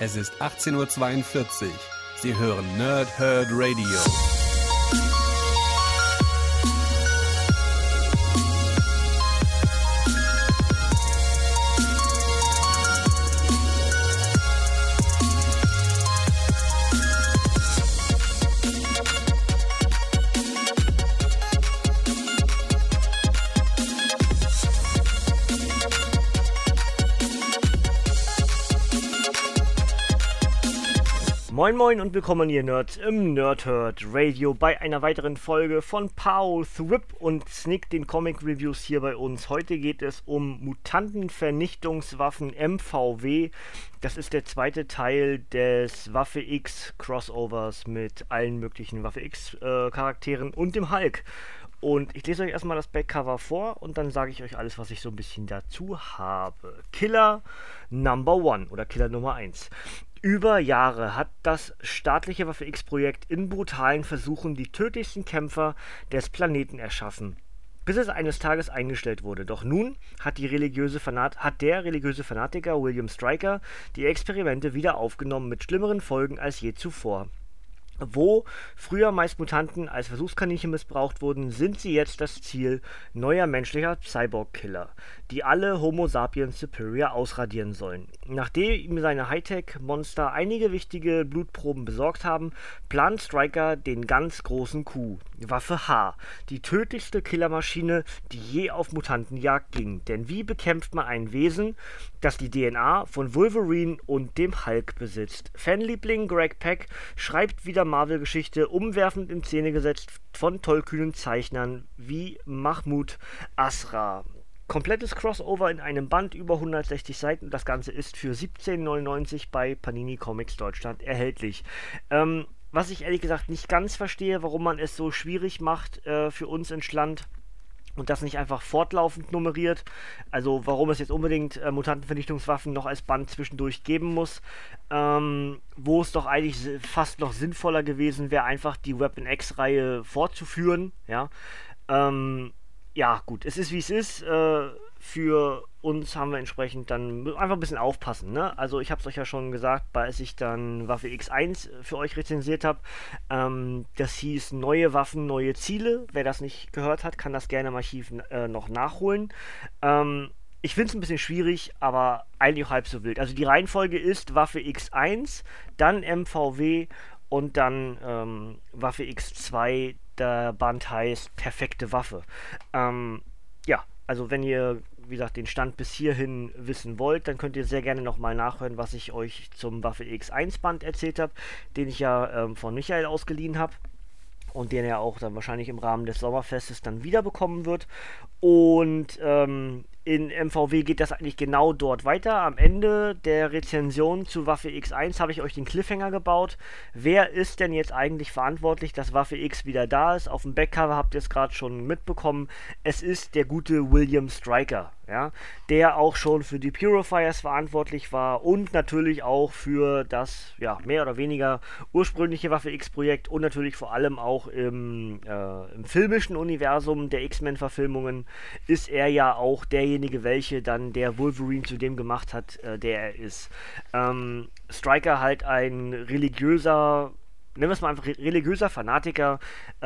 Es ist 18:42 Uhr. Sie hören Nerd Herd Radio. Moin Moin und willkommen ihr Nerds im Nerd Herd Radio bei einer weiteren Folge von Paul Thrip und Snick, den Comic Reviews hier bei uns. Heute geht es um Mutantenvernichtungswaffen MVW. Das ist der zweite Teil des Waffe X Crossovers mit allen möglichen Waffe X Charakteren und dem Hulk. Und ich lese euch erstmal das Backcover vor und dann sage ich euch alles, was ich so ein bisschen dazu habe. Killer Number 1 oder Killer Nummer 1. Über Jahre hat das staatliche Waffe X-Projekt in brutalen Versuchen die tödlichsten Kämpfer des Planeten erschaffen, bis es eines Tages eingestellt wurde. Doch nun hat der religiöse Fanatiker William Stryker die Experimente wieder aufgenommen mit schlimmeren Folgen als je zuvor. Wo früher meist Mutanten als Versuchskaninchen missbraucht wurden, sind sie jetzt das Ziel neuer menschlicher Cyborg-Killer, die alle Homo sapiens superior ausradieren sollen. Nachdem ihm seine Hightech-Monster einige wichtige Blutproben besorgt haben, plant Stryker den ganz großen Coup. Waffe H, die tödlichste Killermaschine, die je auf Mutantenjagd ging. Denn wie bekämpft man ein Wesen, das die DNA von Wolverine und dem Hulk besitzt? Fanliebling Greg Pak schreibt wieder Marvel-Geschichte, umwerfend in Szene gesetzt von tollkühnen Zeichnern wie Mahmoud Asra. Komplettes Crossover in einem Band über 160 Seiten. Das Ganze ist für 17,99 bei Panini Comics Deutschland erhältlich. Was ich ehrlich gesagt nicht ganz verstehe, warum man es so schwierig macht für uns in Schland und das nicht einfach fortlaufend nummeriert. Also warum es jetzt unbedingt Mutantenvernichtungswaffen noch als Band zwischendurch geben muss, wo es doch eigentlich fast noch sinnvoller gewesen wäre, einfach die Weapon X-Reihe fortzuführen. Ja, ja gut, es ist wie es ist. Für uns haben wir entsprechend dann einfach ein bisschen aufpassen, ne? Also ich habe es euch ja schon gesagt, als ich dann Waffe X1 für euch rezensiert habe. Das hieß neue Waffen, neue Ziele. Wer das nicht gehört hat, kann das gerne im Archiv noch nachholen. Ich finde es ein bisschen schwierig, aber eigentlich auch halb so wild. Also die Reihenfolge ist Waffe X1, dann MVW und dann Waffe X2. Der Band heißt Perfekte Waffe. Ja, also wenn ihr, wie gesagt, den Stand bis hierhin wissen wollt, dann könnt ihr sehr gerne nochmal nachhören, was ich euch zum Waffe X1 Band erzählt habe, den ich ja von Michael ausgeliehen habe und den er auch dann wahrscheinlich im Rahmen des Sommerfestes dann wiederbekommen wird. Und in MVW geht das eigentlich genau dort weiter. Am Ende der Rezension zu Waffe X1 habe ich euch den Cliffhanger gebaut. Wer ist denn jetzt eigentlich verantwortlich, dass Waffe X wieder da ist? Auf dem Backcover habt ihr es gerade schon mitbekommen. Es ist der gute William Stryker, ja, der auch schon für die Purifiers verantwortlich war und natürlich auch für das, ja, mehr oder weniger ursprüngliche Waffe X-Projekt und natürlich vor allem auch im filmischen Universum der X-Men-Verfilmungen ist er ja auch derjenige, welche dann der Wolverine zu dem gemacht hat, der er ist. Stryker halt ein religiöser, nennen wir es mal einfach religiöser Fanatiker,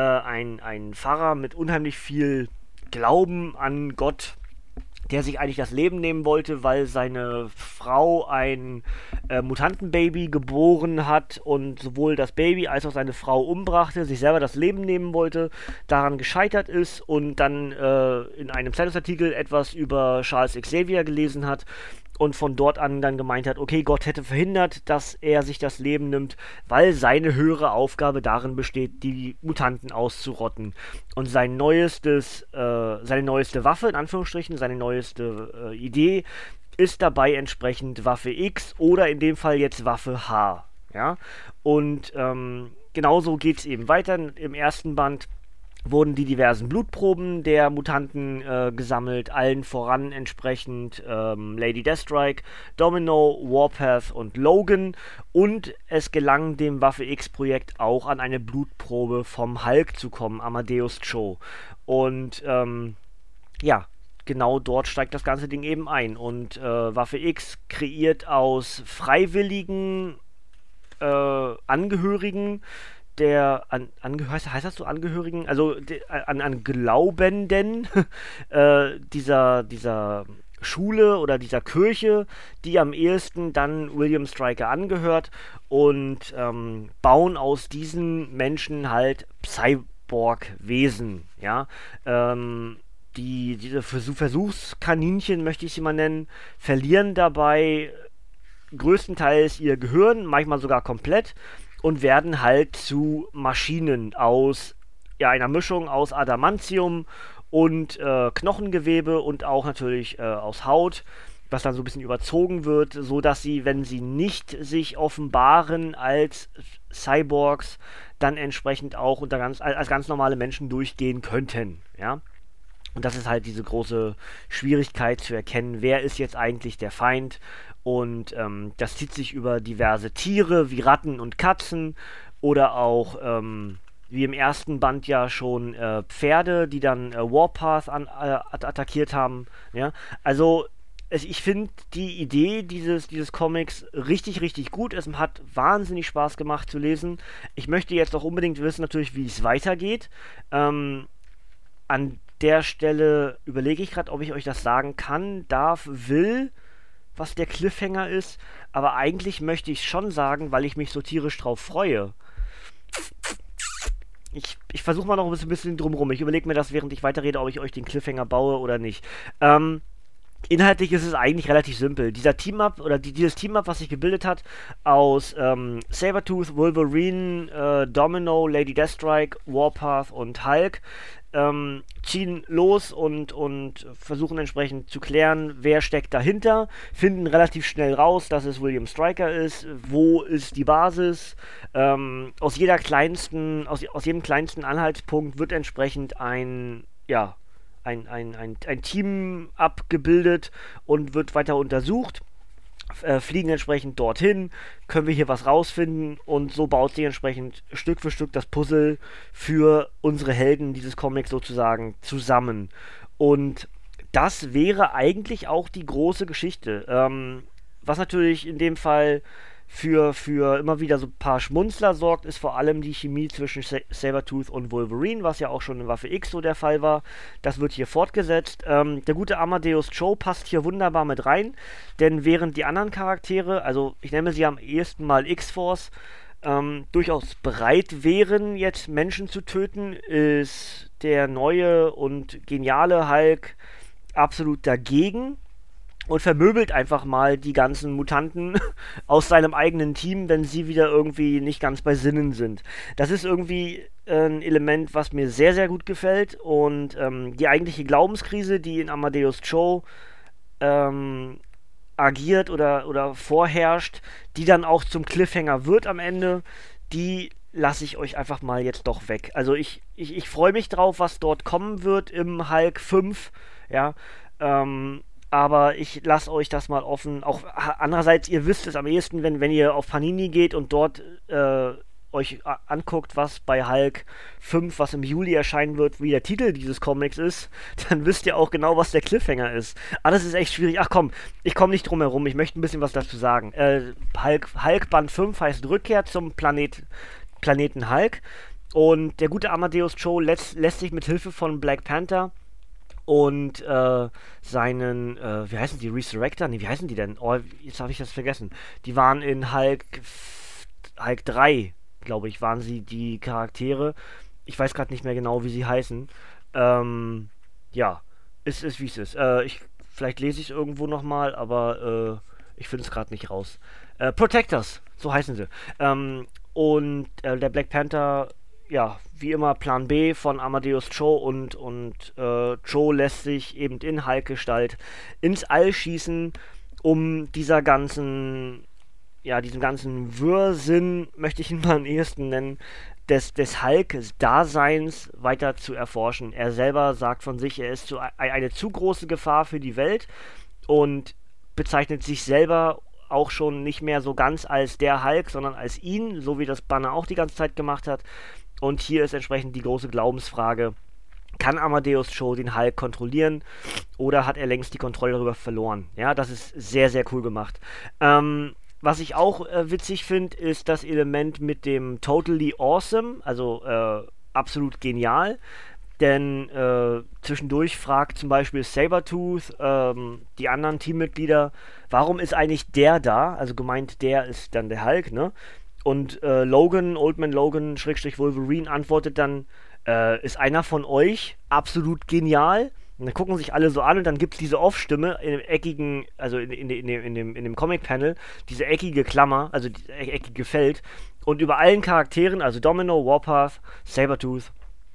ein Pfarrer mit unheimlich viel Glauben an Gott, der sich eigentlich das Leben nehmen wollte, weil seine Frau ein Mutantenbaby geboren hat und sowohl das Baby als auch seine Frau umbrachte, sich selber das Leben nehmen wollte, daran gescheitert ist und dann in einem Zeitungsartikel etwas über Charles Xavier gelesen hat und von dort an dann gemeint hat, okay, Gott hätte verhindert, dass er sich das Leben nimmt, weil seine höhere Aufgabe darin besteht, die Mutanten auszurotten. Und seine neueste Waffe, in Anführungsstrichen, seine neueste Idee, ist dabei entsprechend Waffe X oder in dem Fall jetzt Waffe H. Ja? Und genauso geht es eben weiter. Im ersten Band wurden die diversen Blutproben der Mutanten gesammelt, allen voran entsprechend Lady Deathstrike, Domino, Warpath und Logan, und es gelang dem Waffe X-Projekt auch an eine Blutprobe vom Hulk zu kommen, Amadeus Cho. Und ja, genau dort steigt das ganze Ding eben ein. Und Waffe X kreiert aus freiwilligen Angehörigen heißt das so Angehörigen? Also an Glaubenden dieser Schule oder dieser Kirche, die am ehesten dann William Stryker angehört und bauen aus diesen Menschen halt Cyborg-Wesen, ja. Diese Versuchskaninchen, möchte ich sie mal nennen, verlieren dabei größtenteils ihr Gehirn, manchmal sogar komplett, und werden halt zu Maschinen aus einer Mischung aus Adamantium und Knochengewebe und auch natürlich aus Haut, was dann so ein bisschen überzogen wird, so dass sie, wenn sie nicht sich offenbaren als Cyborgs, dann entsprechend auch als ganz normale Menschen durchgehen könnten, ja. Und das ist halt diese große Schwierigkeit zu erkennen, wer ist jetzt eigentlich der Feind. Und das zieht sich über diverse Tiere wie Ratten und Katzen oder auch, wie im ersten Band ja schon, Pferde, die dann Warpath attackiert haben. Ja? Also ich finde die Idee dieses Comics richtig, richtig gut. Es hat wahnsinnig Spaß gemacht zu lesen. Ich möchte jetzt auch unbedingt wissen, natürlich, wie es weitergeht. An der Stelle überlege ich gerade, ob ich euch das sagen kann, darf, will, was der Cliffhanger ist, aber eigentlich möchte ich schon sagen, weil ich mich so tierisch drauf freue. Ich versuche mal noch ein bisschen drumrum. Ich überlege mir das, während ich weiterrede, ob ich euch den Cliffhanger baue oder nicht. Inhaltlich ist es eigentlich relativ simpel. Dieser Team-Up oder dieses Team-Up, was sich gebildet hat aus Sabretooth, Wolverine, Domino, Lady Deathstrike, Warpath und Hulk, ziehen los und versuchen entsprechend zu klären, wer steckt dahinter, finden relativ schnell raus, dass es William Stryker ist, wo ist die Basis. Aus jedem kleinsten Anhaltspunkt wird entsprechend ein Team abgebildet und wird weiter untersucht. Fliegen entsprechend dorthin, können wir hier was rausfinden und so baut sich entsprechend Stück für Stück das Puzzle für unsere Helden dieses Comics sozusagen zusammen. Und das wäre eigentlich auch die große Geschichte. Was natürlich in dem Fall für immer wieder so ein paar Schmunzler sorgt, ist vor allem die Chemie zwischen Sabretooth und Wolverine, was ja auch schon in Waffe X so der Fall war. Das wird hier fortgesetzt. Der gute Amadeus Cho passt hier wunderbar mit rein, denn während die anderen Charaktere, also ich nenne sie am ehesten mal X-Force, durchaus bereit wären, jetzt Menschen zu töten, ist der neue und geniale Hulk absolut dagegen und vermöbelt einfach mal die ganzen Mutanten aus seinem eigenen Team, wenn sie wieder irgendwie nicht ganz bei Sinnen sind. Das ist irgendwie ein Element, was mir sehr, sehr gut gefällt und die eigentliche Glaubenskrise, die in Amadeus Cho agiert oder vorherrscht, die dann auch zum Cliffhanger wird am Ende, die lasse ich euch einfach mal jetzt doch weg. Also ich freue mich drauf, was dort kommen wird im Hulk 5, ja, aber ich lasse euch das mal offen. Auch andererseits, ihr wisst es am ehesten, wenn ihr auf Panini geht und dort euch anguckt, was bei Hulk 5, was im Juli erscheinen wird, wie der Titel dieses Comics ist, dann wisst ihr auch genau, was der Cliffhanger ist. Alles ist echt schwierig. Ach komm, ich komme nicht drum herum. Ich möchte ein bisschen was dazu sagen. Hulk Band 5 heißt Rückkehr zum Planeten Hulk. Und der gute Amadeus Cho lässt sich mit Hilfe von Black Panther und seinen, wie heißen die, Resurrector? Ne, wie heißen die denn? Oh, jetzt habe ich das vergessen. Die waren in Hulk 3, glaube ich, waren sie die Charaktere. Ich weiß gerade nicht mehr genau, wie sie heißen. Ja, ist wie es ist. Vielleicht lese ich es irgendwo nochmal, aber ich finde es gerade nicht raus. Protectors, so heißen sie. Und der Black Panther, ja, wie immer Plan B von Amadeus Cho und Cho lässt sich eben in Hulk-Gestalt ins All schießen, um diesen ganzen Wirrsinn, möchte ich ihn mal am ehesten nennen, des Hulk-Daseins weiter zu erforschen. Er selber sagt von sich, er ist eine zu große Gefahr für die Welt und bezeichnet sich selber auch schon nicht mehr so ganz als der Hulk, sondern als ihn, so wie das Banner auch die ganze Zeit gemacht hat. Und hier ist entsprechend die große Glaubensfrage, kann Amadeus Cho den Hulk kontrollieren oder hat er längst die Kontrolle darüber verloren? Ja, das ist sehr, sehr cool gemacht. Was ich auch witzig finde, ist das Element mit dem Totally Awesome, also absolut genial. Denn zwischendurch fragt zum Beispiel Sabertooth die anderen Teammitglieder, warum ist eigentlich der da? Also gemeint, der ist dann der Hulk, ne? Und Old Man Logan, Schrägstrich Wolverine, antwortet dann, ist einer von euch absolut genial? Und dann gucken sich alle so an und dann gibt es diese Off-Stimme in dem eckigen, also in dem Comic-Panel, diese eckige Klammer, also das eckige Feld. Und über allen Charakteren, also Domino, Warpath, Sabertooth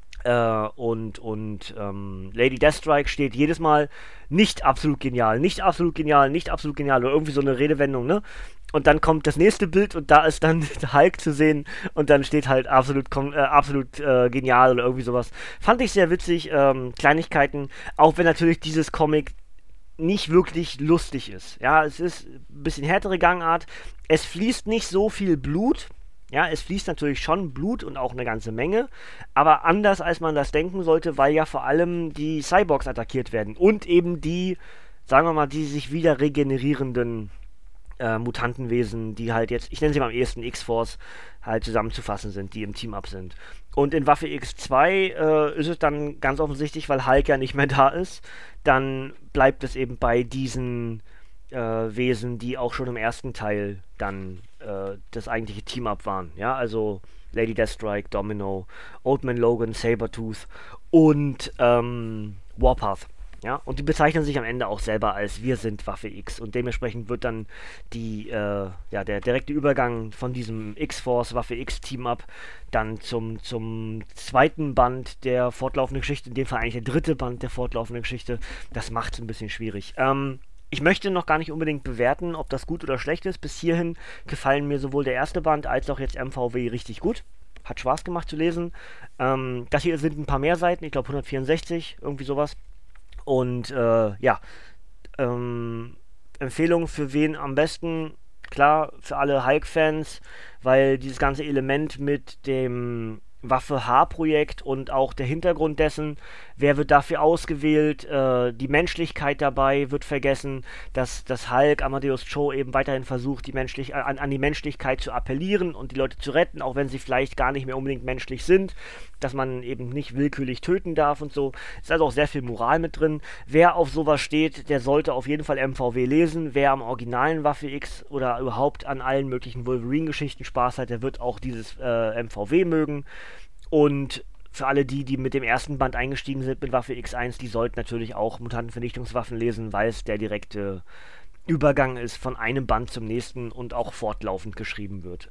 und Lady Deathstrike steht jedes Mal nicht absolut genial, nicht absolut genial, nicht absolut genial oder irgendwie so eine Redewendung, ne? Und dann kommt das nächste Bild und da ist dann Hulk zu sehen und dann steht halt absolut genial oder irgendwie sowas. Fand ich sehr witzig, Kleinigkeiten, auch wenn natürlich dieses Comic nicht wirklich lustig ist. Ja, es ist ein bisschen härtere Gangart, es fließt nicht so viel Blut. Ja, es fließt natürlich schon Blut und auch eine ganze Menge, aber anders als man das denken sollte, weil ja vor allem die Cyborgs attackiert werden und eben die, sagen wir mal, die sich wieder regenerierenden Mutantenwesen, die halt jetzt, ich nenne sie mal am ehesten X-Force, halt zusammenzufassen sind, die im Team-Up sind. Und in Waffe X2 ist es dann ganz offensichtlich, weil Hulk ja nicht mehr da ist, dann bleibt es eben bei diesen Wesen, die auch schon im ersten Teil dann das eigentliche Team-Up waren. Ja, also Lady Deathstrike, Domino, Old Man Logan, Sabertooth und Warpath. Ja, und die bezeichnen sich am Ende auch selber als wir sind Waffe X und dementsprechend wird dann der direkte Übergang von diesem X-Force Waffe X Team-Up dann zum zweiten Band der fortlaufenden Geschichte, in dem Fall eigentlich der dritte Band der fortlaufenden Geschichte. Das macht es ein bisschen schwierig. Ich möchte noch gar nicht unbedingt bewerten, ob das gut oder schlecht ist. Bis hierhin gefallen mir sowohl der erste Band als auch jetzt MVW richtig gut. Hat Spaß gemacht zu lesen. Das hier sind ein paar mehr Seiten, ich glaube 164, irgendwie sowas. Und Empfehlung für wen am besten? Klar, für alle Hulk-Fans, weil dieses ganze Element mit dem Waffe H-Projekt und auch der Hintergrund dessen, wer wird dafür ausgewählt, die Menschlichkeit dabei wird vergessen, dass Hulk, Amadeus Cho eben weiterhin versucht, an die Menschlichkeit zu appellieren und die Leute zu retten, auch wenn sie vielleicht gar nicht mehr unbedingt menschlich sind, dass man eben nicht willkürlich töten darf und so. Ist also auch sehr viel Moral mit drin. Wer auf sowas steht, der sollte auf jeden Fall MVW lesen. Wer am originalen Waffe X oder überhaupt an allen möglichen Wolverine-Geschichten Spaß hat, der wird auch dieses MVW mögen. Und für alle die mit dem ersten Band eingestiegen sind mit Waffe X1, die sollten natürlich auch Mutantenvernichtungswaffen lesen, weil es der direkte Übergang ist von einem Band zum nächsten und auch fortlaufend geschrieben wird.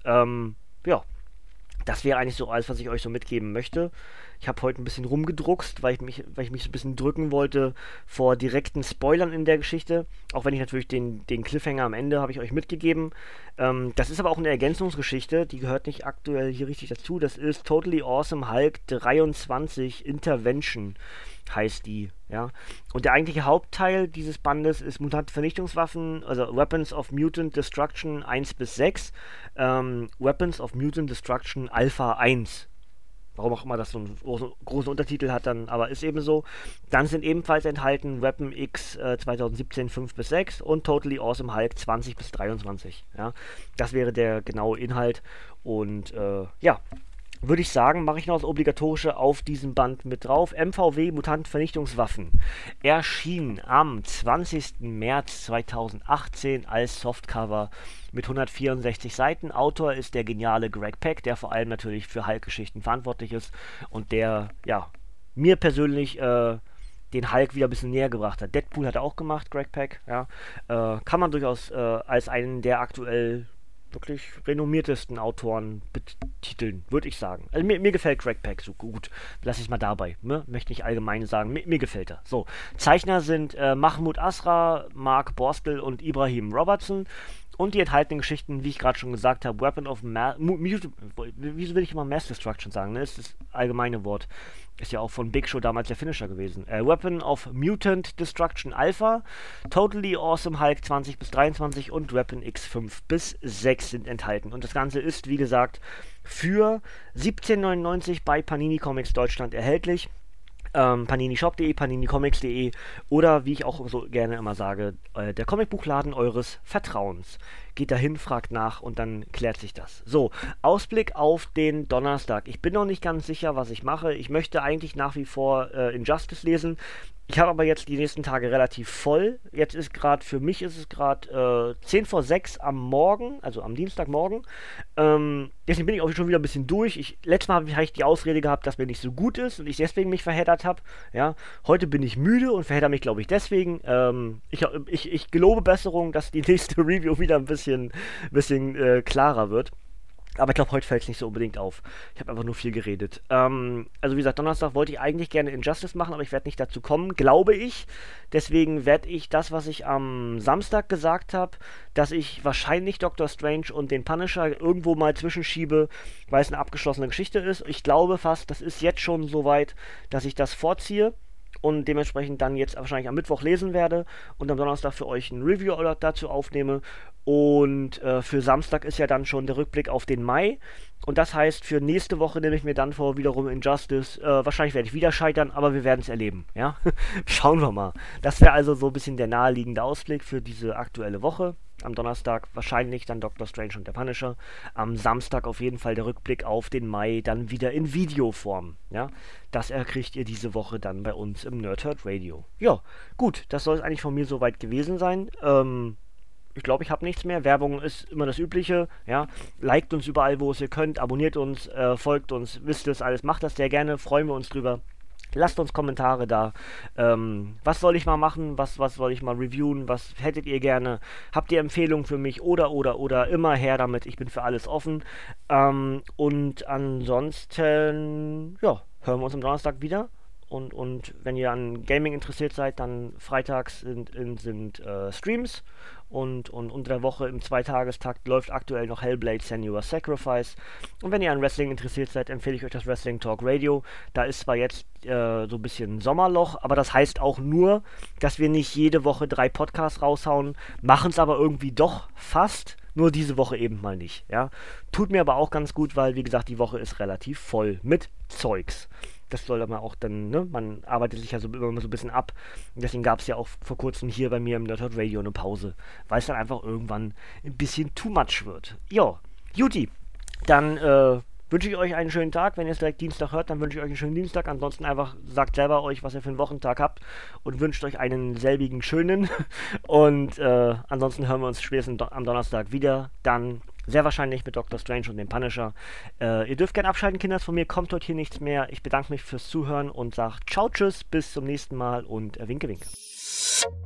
Das wäre eigentlich so alles, was ich euch so mitgeben möchte. Ich habe heute ein bisschen rumgedruckst, weil ich mich so ein bisschen drücken wollte vor direkten Spoilern in der Geschichte. Auch wenn ich natürlich den Cliffhanger am Ende habe ich euch mitgegeben. Das ist aber auch eine Ergänzungsgeschichte, die gehört nicht aktuell hier richtig dazu. Das ist Totally Awesome Hulk 23 Intervention heißt die, ja. Und der eigentliche Hauptteil dieses Bandes ist Mutantenvernichtungswaffen, also Weapons of Mutant Destruction 1 bis 6, Weapons of Mutant Destruction Alpha 1. Warum auch immer das so einen großen Untertitel hat dann, aber ist eben so. Dann sind ebenfalls enthalten Weapon X 2017 5 bis 6 und Totally Awesome Hulk 20 bis 23. Ja. Das wäre der genaue Inhalt und würde ich sagen, mache ich noch das Obligatorische auf diesem Band mit drauf. MVW Mutantenvernichtungswaffen erschien am 20. März 2018 als Softcover mit 164 Seiten. Autor ist der geniale Greg Pak, der vor allem natürlich für Hulk-Geschichten verantwortlich ist und der, mir persönlich den Hulk wieder ein bisschen näher gebracht hat. Deadpool hat er auch gemacht, Greg Pak, ja. Kann man durchaus als einen der aktuell wirklich renommiertesten Autoren betiteln, würde ich sagen. Also mir gefällt Greg Pak so gut. Lass ich mal dabei. Ne? Möchte nicht allgemein sagen. Mir gefällt er. So. Zeichner sind Mahmoud Asra, Mark Borstel und Ibrahim Robertson. Und die enthaltenen Geschichten, wie ich gerade schon gesagt habe, Weapon of wieso will ich immer Mass Destruction sagen? Ne? Das ist das allgemeine Wort. Ist ja auch von Big Show damals der Finisher gewesen. Weapon of Mutant Destruction Alpha, Totally Awesome Hulk 20 bis 23 und Weapon X 5 bis 6 sind enthalten. Und das Ganze ist, wie gesagt, für 17,99 bei Panini Comics Deutschland erhältlich. paninishop.de, paninicomics.de oder wie ich auch so gerne immer sage, der Comicbuchladen eures Vertrauens. Geht dahin, fragt nach und dann klärt sich das. So, Ausblick auf den Donnerstag. Ich bin noch nicht ganz sicher, was ich mache. Ich möchte eigentlich nach wie vor Injustice lesen. Ich habe aber jetzt die nächsten Tage relativ voll. Jetzt ist gerade, für mich ist es gerade 10 vor 6 am Morgen, also am Dienstagmorgen. Deswegen bin ich auch schon wieder ein bisschen durch. Letztes Mal habe ich die Ausrede gehabt, dass mir nicht so gut ist und ich deswegen mich verheddert habe. Ja, heute bin ich müde und verhedder mich, glaube ich, deswegen. Ich gelobe Besserung, dass die nächste Review wieder ein bisschen klarer wird. Aber ich glaube, heute fällt es nicht so unbedingt auf. Ich habe einfach nur viel geredet. Also wie gesagt, Donnerstag wollte ich eigentlich gerne Injustice machen, aber ich werde nicht dazu kommen, glaube ich. Deswegen werde ich das, was ich am Samstag gesagt habe, dass ich wahrscheinlich Doctor Strange und den Punisher irgendwo mal zwischenschiebe, weil es eine abgeschlossene Geschichte ist. Ich glaube fast, das ist jetzt schon so weit, dass ich das vorziehe. Und dementsprechend dann jetzt wahrscheinlich am Mittwoch lesen werde und am Donnerstag für euch ein Review dazu aufnehme. Und für Samstag ist ja dann schon der Rückblick auf den Mai. Und das heißt, für nächste Woche nehme ich mir dann vor, wiederum Injustice. Wahrscheinlich werde ich wieder scheitern, aber wir werden es erleben. Ja? Schauen wir mal. Das wäre also so ein bisschen der naheliegende Ausblick für diese aktuelle Woche. Am Donnerstag wahrscheinlich dann Doctor Strange und der Punisher. Am Samstag auf jeden Fall der Rückblick auf den Mai, dann wieder in Videoform. Ja? Das kriegt ihr diese Woche dann bei uns im Nerdherd Radio. Ja, gut, das soll es eigentlich von mir soweit gewesen sein. Ich glaube, ich habe nichts mehr. Werbung ist immer das Übliche. Ja? Liked uns überall, wo es ihr könnt. Abonniert uns, folgt uns, wisst es alles. Macht das sehr gerne, freuen wir uns drüber. Lasst uns Kommentare da. Was soll ich mal machen? Was soll ich mal reviewen? Was hättet ihr gerne? Habt ihr Empfehlungen für mich? Oder immer her damit. Ich bin für alles offen. Und ansonsten, ja, hören wir uns am Donnerstag wieder. Und wenn ihr an Gaming interessiert seid, dann freitags sind Streams und unter der Woche im Zweitagestakt läuft aktuell noch Hellblade Senua's Sacrifice. Und wenn ihr an Wrestling interessiert seid, empfehle ich euch das Wrestling Talk Radio. Da ist zwar jetzt so ein bisschen Sommerloch, aber das heißt auch nur, dass wir nicht jede Woche 3 Podcasts raushauen, machen es aber irgendwie doch fast. Nur diese Woche eben mal nicht. Ja? Tut mir aber auch ganz gut, weil, wie gesagt, die Woche ist relativ voll mit Zeugs. Das soll aber auch dann, ne, man arbeitet sich ja so immer so ein bisschen ab. Und deswegen gab es ja auch vor kurzem hier bei mir im Nerdherd Radio eine Pause, weil es dann einfach irgendwann ein bisschen too much wird. Ja, Juti, dann wünsche ich euch einen schönen Tag. Wenn ihr es direkt Dienstag hört, dann wünsche ich euch einen schönen Dienstag. Ansonsten einfach sagt selber euch, was ihr für einen Wochentag habt und wünscht euch einen selbigen schönen. Und ansonsten hören wir uns spätestens am Donnerstag wieder. Dann sehr wahrscheinlich mit Doctor Strange und dem Punisher. Ihr dürft gerne abschalten, Kinders. Von mir kommt heute hier nichts mehr. Ich bedanke mich fürs Zuhören und sage ciao, tschüss, bis zum nächsten Mal und winke, winke.